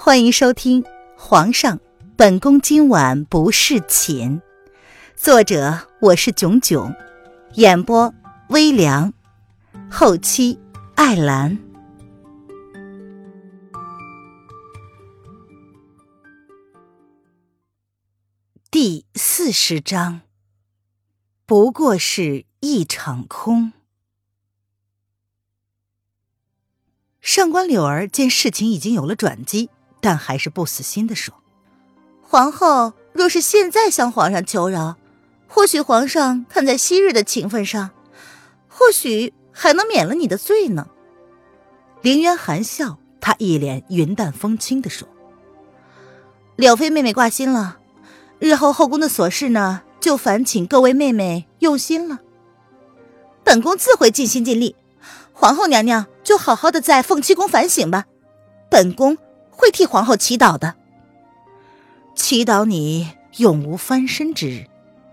欢迎收听《皇上，本宫今晚不侍寝》，作者我是囧囧，演播微凉，后期艾兰。第40章，不过是一场空。上官柳儿见事情已经有了转机，但还是不死心地说，皇后若是现在向皇上求饶，或许皇上看在昔日的情分上，或许还能免了你的罪呢。凌渊含笑，他一脸云淡风轻地说，柳妃妹妹挂心了，日后后宫的琐事呢，就烦请各位妹妹用心了。本宫自会尽心尽力，皇后娘娘就好好的在凤栖宫反省吧，本宫会替皇后祈祷的，祈祷你永无翻身之日。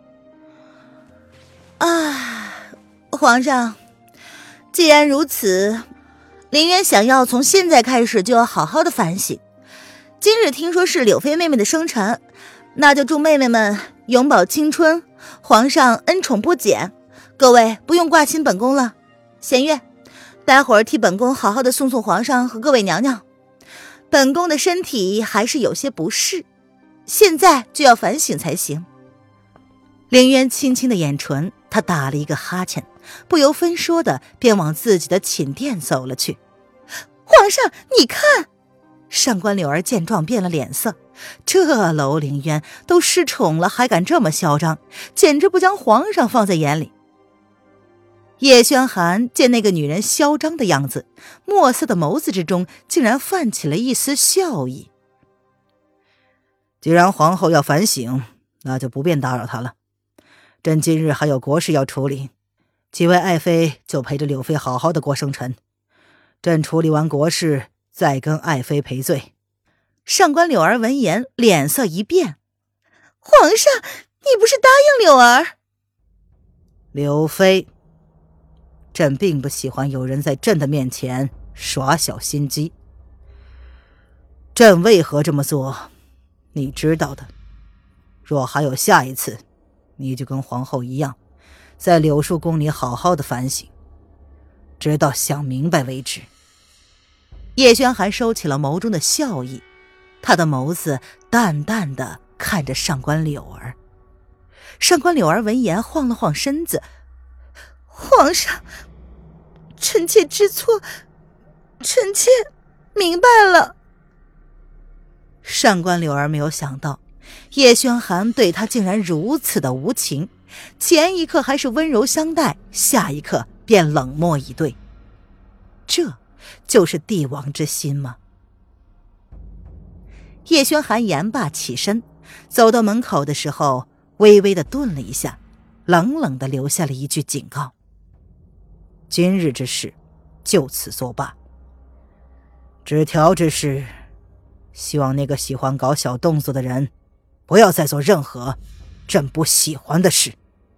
皇上，既然如此，凌渊想要从现在开始就要好好的反省。今日听说是柳妃妹妹的生辰，那就祝妹妹们永葆青春，皇上恩宠不减。各位不用挂心本宫了，弦月，待会儿替本宫好好的送送皇上和各位娘娘。本宫的身体还是有些不适，现在就要反省才行。凌渊轻轻的眼唇，他打了一个哈欠，不由分说的便往自己的寝殿走了去。皇上，你看！上官柳儿见状变了脸色，这楼凌渊都失宠了，还敢这么嚣张，简直不将皇上放在眼里。叶宣寒见那个女人嚣张的样子，墨色的眸子之中竟然泛起了一丝笑意。 既然皇后要反省，那就不便打扰她了。朕今日还有国事要处理，几位爱妃就陪着柳妃好好的过生辰。朕处理完国事，再跟爱妃赔罪。 上官柳儿闻言脸色一变，皇上，你不是答应柳儿？ 柳妃，朕并不喜欢有人在朕的面前耍小心机。朕为何这么做，你知道的。若还有下一次，你就跟皇后一样，在柳树宫里好好的反省，直到想明白为止。 叶宣寒收起了眸中的笑意，他的眸子淡淡的看着上官柳儿。上官柳儿闻言晃了晃身子，皇上，臣妾知错，臣妾明白了。上官柳儿没有想到叶宣寒对他竟然如此的无情，前一刻还是温柔相待，下一刻便冷漠以对，这就是帝王之心吗？叶宣寒言罢起身，走到门口的时候微微的顿了一下，冷冷的留下了一句警告， 今日之事就此作罢。纸条之事，希望那个喜欢搞小动作的人不要再做任何朕不喜欢的事。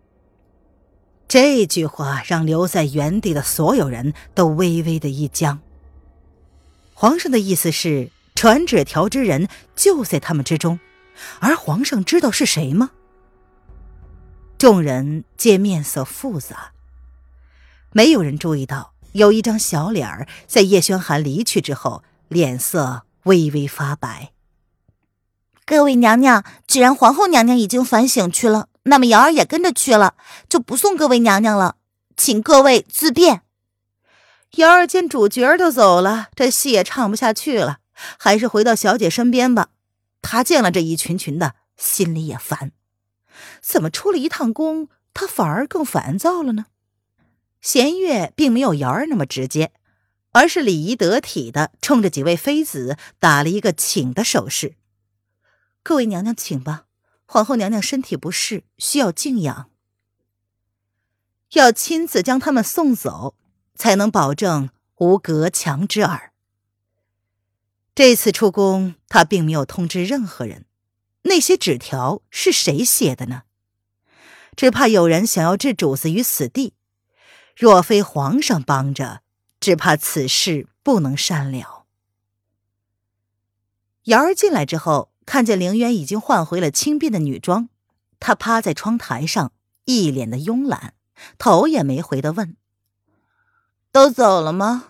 这句话让留在原地的所有人都微微的一僵。皇上的意思是传纸条之人就在他们之中，而皇上知道是谁吗？众人皆面色复杂，没有人注意到有一张小脸儿在叶宣寒离去之后脸色微微发白。各位娘娘，既然皇后娘娘已经反省去了，那么瑶儿也跟着去了，就不送各位娘娘了，请各位自便。瑶儿见主角都走了，这戏也唱不下去了，还是回到小姐身边吧。她见了这一群群的，心里也烦。怎么出了一趟宫，她反而更烦躁了呢？弦月并没有瑶儿那么直接，而是礼仪得体的冲着几位妃子打了一个请的手势。各位娘娘请吧，皇后娘娘身体不适，需要静养。要亲自将他们送走，才能保证无隔墙之耳。这次出宫，他并没有通知任何人。那些纸条是谁写的呢？只怕有人想要置主子于死地，若非皇上帮着，只怕此事不能善了。 瑶儿进来之后，看见凌渊已经换回了轻便的女装，她趴在窗台上，一脸的慵懒，头也没回地问：都走了吗？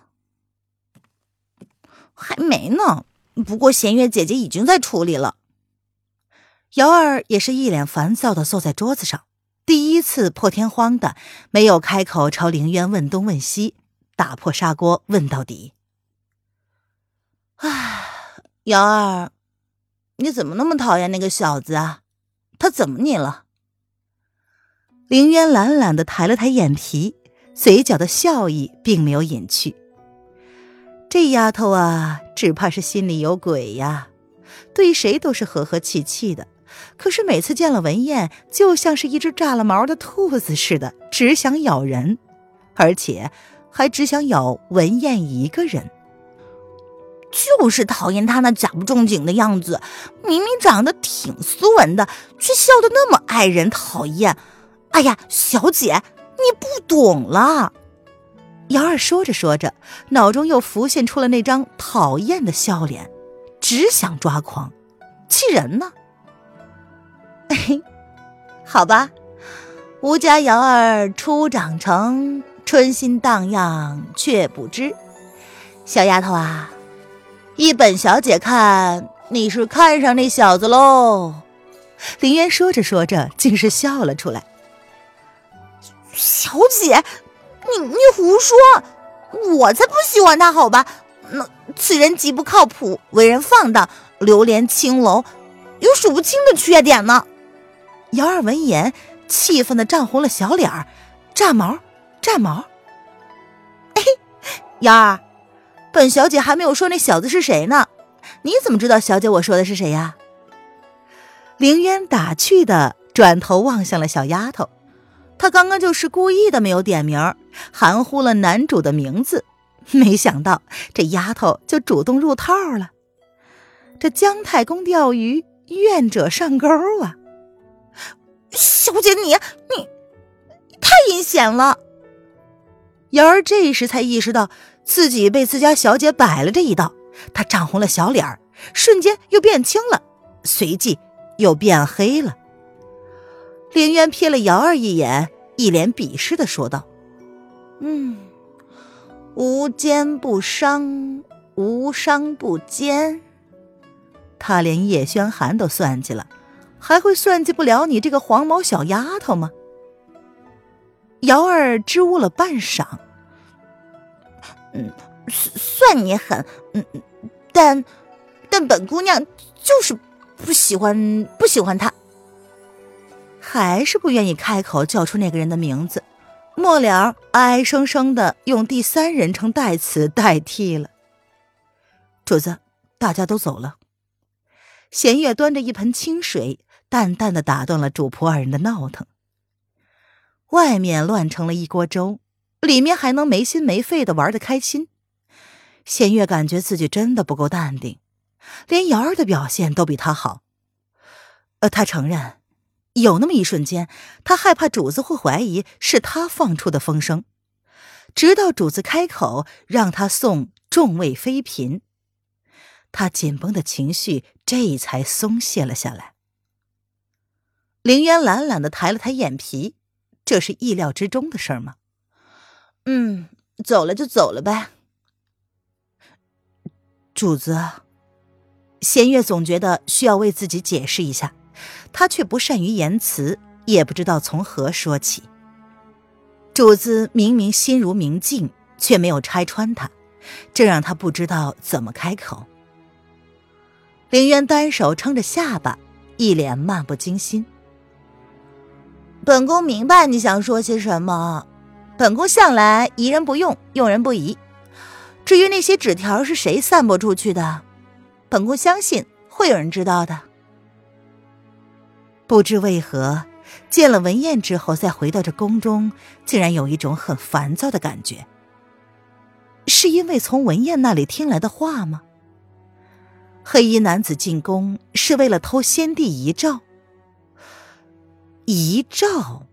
还没呢，不过弦月姐姐已经在处理了。 瑶儿也是一脸烦躁地坐在桌子上，第一次破天荒的没有开口朝凌渊问东问西，打破砂锅问到底。 瑶儿，你怎么那么讨厌那个小子啊？他怎么你了？ 凌渊懒懒地抬了抬眼皮，嘴角的笑意并没有隐去。这丫头啊，只怕是心里有鬼呀，对谁都是和和气气的，可是每次见了文燕，就像是一只炸了毛的兔子似的，只想咬人，而且还只想咬文燕一个人。 就是讨厌他那假不正经的样子，明明长得挺斯文的，却笑得那么碍人讨厌。哎呀，小姐，你不懂了。 瑶儿说着说着，脑中又浮现出了那张讨厌的笑脸，只想抓狂，气人呢。 好吧，吾家瑶儿初长成，春心荡漾却不知。小丫头啊，依本小姐看，你是看上那小子喽。 凌渊说着说着，竟是笑了出来。 小姐，你胡说，我才不喜欢他好吧？那此人极不靠谱，为人放荡，流连青楼，有数不清的缺点呢。 瑶儿闻言，气愤地涨红了小脸儿，炸毛。 瑶儿，本小姐还没有说那小子是谁呢，你怎么知道小姐我说的是谁呀？ 凌渊打趣地转头望向了小丫头，他刚刚就是故意的没有点名，含糊了男主的名字，没想到这丫头就主动入套了。这姜太公钓鱼，愿者上钩啊！ 小姐你太阴险了。 瑶儿这时才意识到自己被自家小姐摆了这一道，她涨红了小脸儿，瞬间又变青了，随即又变黑了。凌渊瞥了瑶儿一眼，一脸鄙视地说道： 无奸不商，无商不奸。 他连叶宣寒都算计了，还会算计不了你这个黄毛小丫头吗？瑶儿支吾了半晌， 算你狠，但本姑娘就是不喜欢他。 还是不愿意开口叫出那个人的名字，末了哀生生的用第三人称代词代替了。主子，大家都走了。弦月端着一盆清水，淡淡的打断了主仆二人的闹腾。外面乱成了一锅粥，里面还能没心没肺的玩得开心。弦月感觉自己真的不够淡定，连瑶儿的表现都比他好。他承认有那么一瞬间，他害怕主子会怀疑是他放出的风声，直到主子开口让他送众位妃嫔，他紧绷的情绪这才松懈了下来。凌渊懒懒地抬了抬眼皮，这是意料之中的事儿吗？ 走了就走了呗。 主子，弦月总觉得需要为自己解释一下，他却不善于言辞，也不知道从何说起。主子明明心如明镜，却没有拆穿他，这让他不知道怎么开口。凌渊单手撑着下巴，一脸漫不经心。 本宫明白你想说些什么，本宫向来疑人不用，用人不疑。至于那些纸条是谁散播出去的，本宫相信会有人知道的。 不知为何，见了文燕之后，再回到这宫中，竟然有一种很烦躁的感觉。是因为从文燕那里听来的话吗？黑衣男子进宫是为了偷先帝遗诏。遗诏？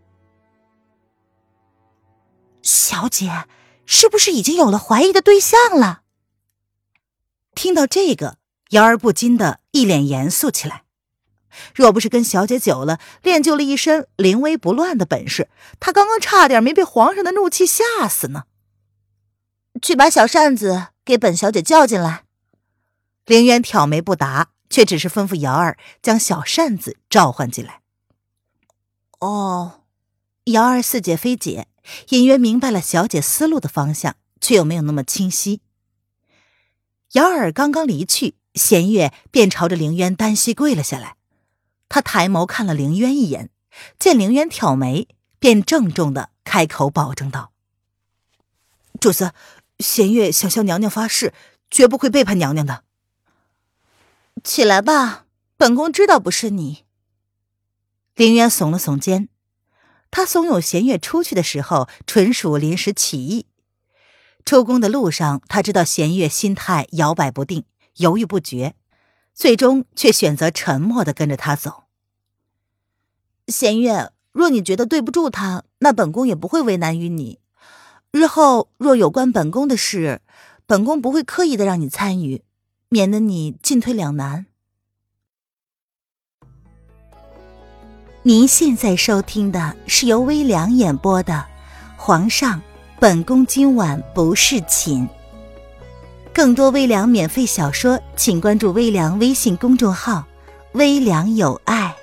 小姐，是不是已经有了怀疑的对象了？ 听到这个， 瑶儿不禁的一脸严肃起来。若不是跟小姐久了，练就了一身临危不乱的本事，她刚刚差点没被皇上的怒气吓死呢。 去把小扇子给本小姐叫进来。 凌渊挑眉不答，却只是吩咐瑶儿将小扇子召唤进来。 哦， 瑶儿似解非解，隐约明白了小姐思路的方向，却又没有那么清晰。瑶儿刚刚离去，弦月便朝着凌渊单膝跪了下来。他抬眸看了凌渊一眼，见凌渊挑眉，便郑重地开口保证道：“主子，弦月想向娘娘发誓，绝不会背叛娘娘的。” 起来吧，本宫知道不是你。 凌渊耸了耸肩，他怂恿弦月出去的时候，纯属临时起意。出宫的路上，他知道弦月心态摇摆不定，犹豫不决，最终却选择沉默地跟着他走。 弦月，若你觉得对不住他，那本宫也不会为难于你。日后若有关本宫的事，本宫不会刻意的让你参与，免得你进退两难。 您现在收听的是由微凉演播的《皇上，本宫今晚不是寝》。更多微凉免费小说，请关注微凉微信公众号“微凉有爱”。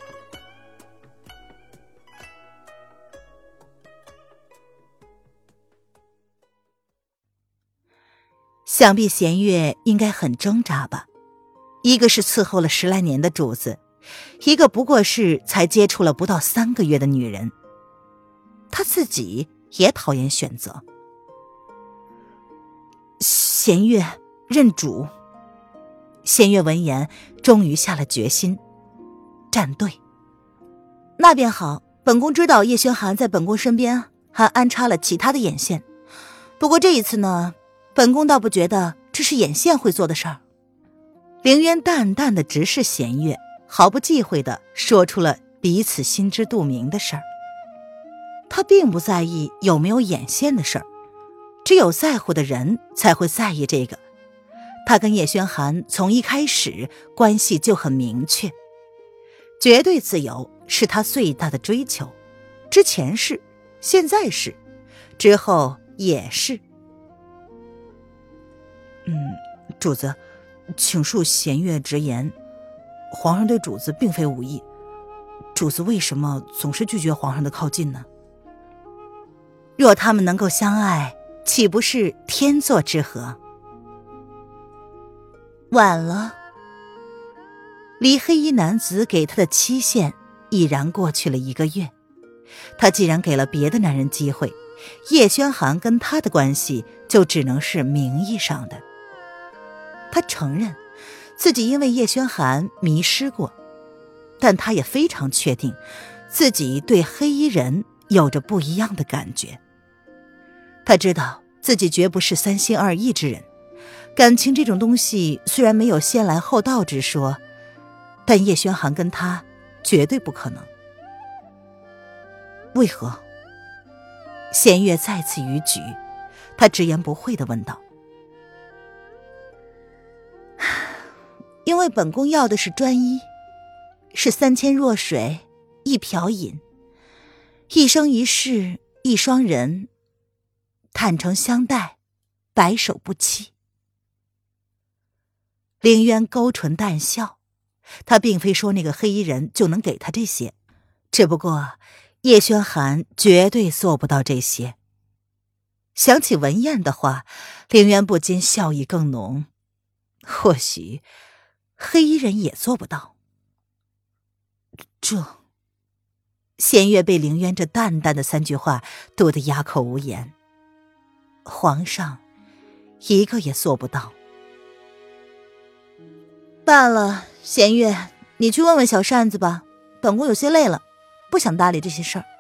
想必弦月应该很挣扎吧，一个是伺候了10来年的主子，一个不过是才接触了不到3个月的女人，她自己也讨厌选择。弦月认主。弦月闻言，终于下了决心，站队。 那便好，本宫知道叶轩寒在本宫身边还安插了其他的眼线，不过这一次呢，本宫倒不觉得这是眼线会做的事儿。 凌渊淡淡的直视弦月，毫不忌讳地说出了彼此心知肚明的事儿。他并不在意有没有眼线的事儿，只有在乎的人才会在意这个。他跟叶轩寒从一开始关系就很明确，绝对自由是他最大的追求，之前是，现在是，之后也是。主子，请恕弦月直言，皇上对主子并非无意，主子为什么总是拒绝皇上的靠近呢？若他们能够相爱，岂不是天作之合？ 晚了。 离黑衣男子给他的期限已然过去了1个月，他既然给了别的男人机会，叶轩寒跟他的关系就只能是名义上的。他承认自己因为叶轩寒迷失过，但他也非常确定自己对黑衣人有着不一样的感觉。他知道自己绝不是3心2意之人，感情这种东西虽然没有先来后到之说，但叶轩寒跟他绝对不可能。为何？弦月再次逾矩，他直言不讳地问道。 因为本宫要的是专一，是3000弱水一瓢饮，一生一世一双人，坦诚相待，白首不弃。 凌渊勾唇淡笑，他并非说那个黑衣人就能给他这些，只不过叶轩寒绝对做不到这些。想起文燕的话，凌渊不禁笑意更浓，或许黑衣人也做不到。弦月被凌渊这淡淡的3句话堵得哑口无言。皇上一个也做不到。 罢了，弦月，你去问问小扇子吧，本宫有些累了，不想搭理这些事儿。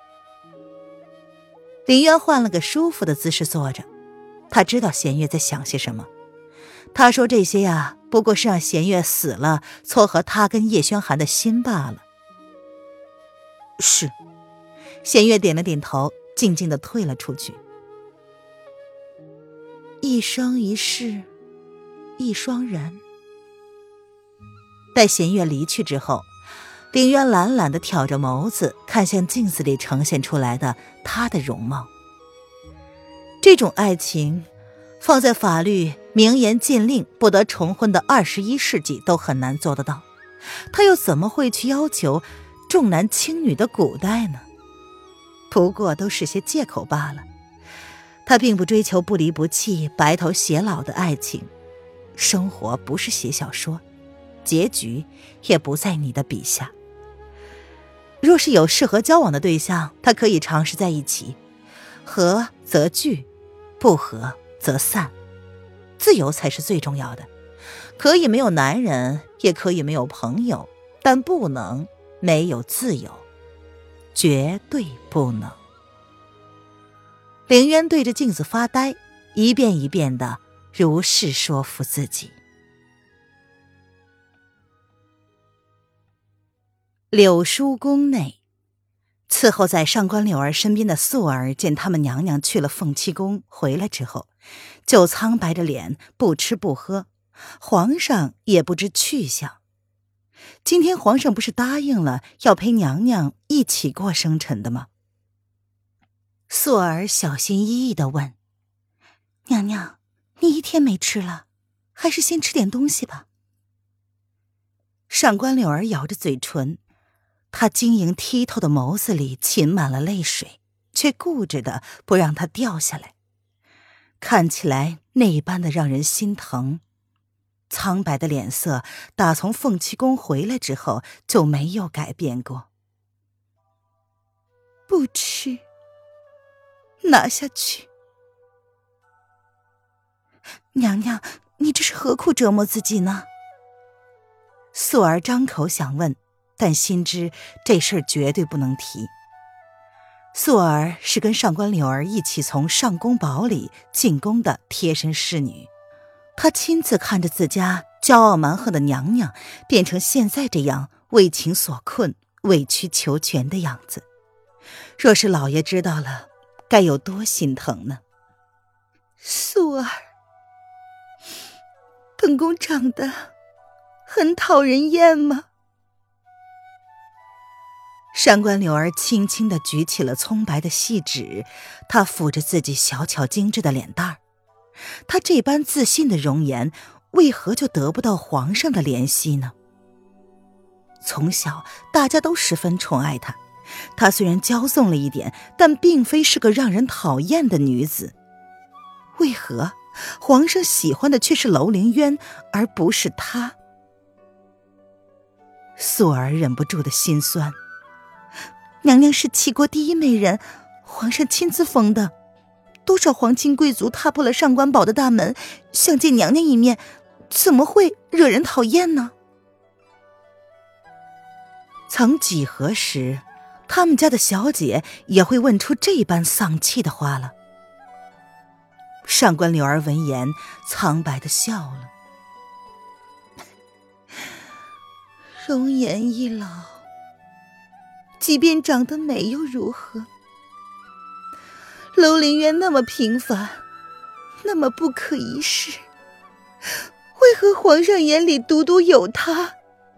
凌渊换了个舒服的姿势坐着，他知道弦月在想些什么。他说这些呀，不过是让弦月死了，撮合他跟叶轩寒的心罢了。是，弦月点了点头，静静地退了出去。 一生一世一双人， 待弦月离去之后，凌渊懒懒地挑着眸子看向镜子里呈现出来的他的容貌。这种爱情放在法律明言禁令不得重婚的21世纪都很难做得到，他又怎么会去要求重男轻女的古代呢？不过都是些借口罢了。他并不追求不离不弃、白头偕老的爱情，生活不是写小说，结局也不在你的笔下。若是有适合交往的对象，他可以尝试在一起，合则聚，不合则散。自由才是最重要的，可以没有男人，也可以没有朋友，但不能没有自由，绝对不能。凌渊对着镜子发呆，一遍一遍地如是说服自己。柳叔宫内，伺候在上官柳儿身边的素儿见他们娘娘去了凤栖宫回来之后，就苍白着脸不吃不喝，皇上也不知去向。今天皇上不是答应了要陪娘娘一起过生辰的吗？素儿小心翼翼地问：娘娘，你一天没吃了，还是先吃点东西吧。上官柳儿咬着嘴唇，她晶莹剔透的眸子里噙满了泪水，却固执的不让它掉下来，看起来那般的让人心疼。苍白的脸色打从凤栖宫回来之后就没有改变过。不吃，拿下去。娘娘，你这是何苦折磨自己呢？素儿张口想问，但心知这事儿绝对不能提。素儿是跟上官柳儿一起从上宫堡里进宫的贴身侍女，她亲自看着自家骄傲蛮横的娘娘变成现在这样为情所困、委曲求全的样子，若是老爷知道了，该有多心疼呢？素儿，本宫长得很讨人厌吗？上官柳儿轻轻地举起了葱白的细指，她抚着自己小巧精致的脸蛋儿。她这般自信的容颜，为何就得不到皇上的怜惜呢？从小大家都十分宠爱她，她虽然骄纵了一点，但并非是个让人讨厌的女子。为何皇上喜欢的却是楼凌渊，而不是她？素儿忍不住的心酸。娘娘是齐国第一美人，皇上亲自封的，多少皇亲贵族踏破了上官堡的大门，想见娘娘一面，怎么会惹人讨厌呢？曾几何时，他们家的小姐也会问出这般丧气的话了。上官柳儿闻言苍白地笑了。容颜一老，即便长得美又如何？楼凌渊那么平凡，那么不可一世，为何皇上眼里独独有他？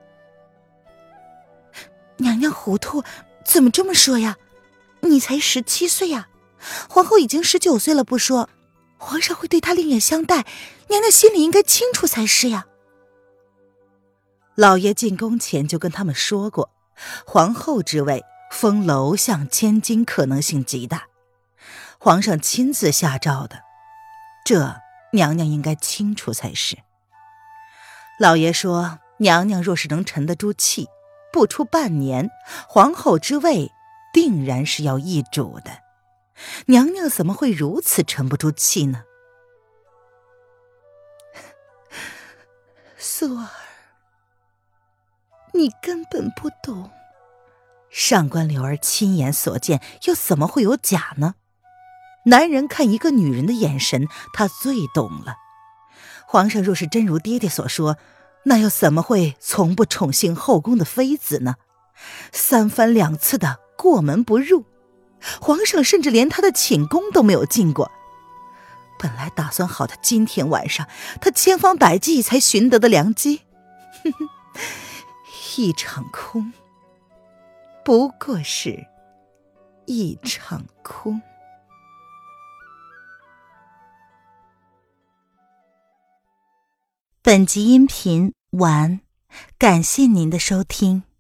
娘娘糊涂，怎么这么说呀？你才17岁呀，皇后已经19岁了不说，皇上会对她另眼相待，娘娘心里应该清楚才是呀。老爷进宫前就跟他们说过，皇后之位封楼相千金可能性极大，皇上亲自下诏的，这娘娘应该清楚才是。老爷说，娘娘若是能沉得住气，不出半年，皇后之位定然是要易主的。娘娘怎么会如此沉不住气呢？素儿，你根本不懂，上官柳儿亲眼所见，又怎么会有假呢？男人看一个女人的眼神，他最懂了。皇上若是真如爹爹所说，那又怎么会从不宠幸后宫的妃子呢？3番2次的过门不入，皇上甚至连他的寝宫都没有进过。本来打算好的今天晚上，他千方百计才寻得的良机， 一场空，不过是一场空。 本集音频完，感谢您的收听。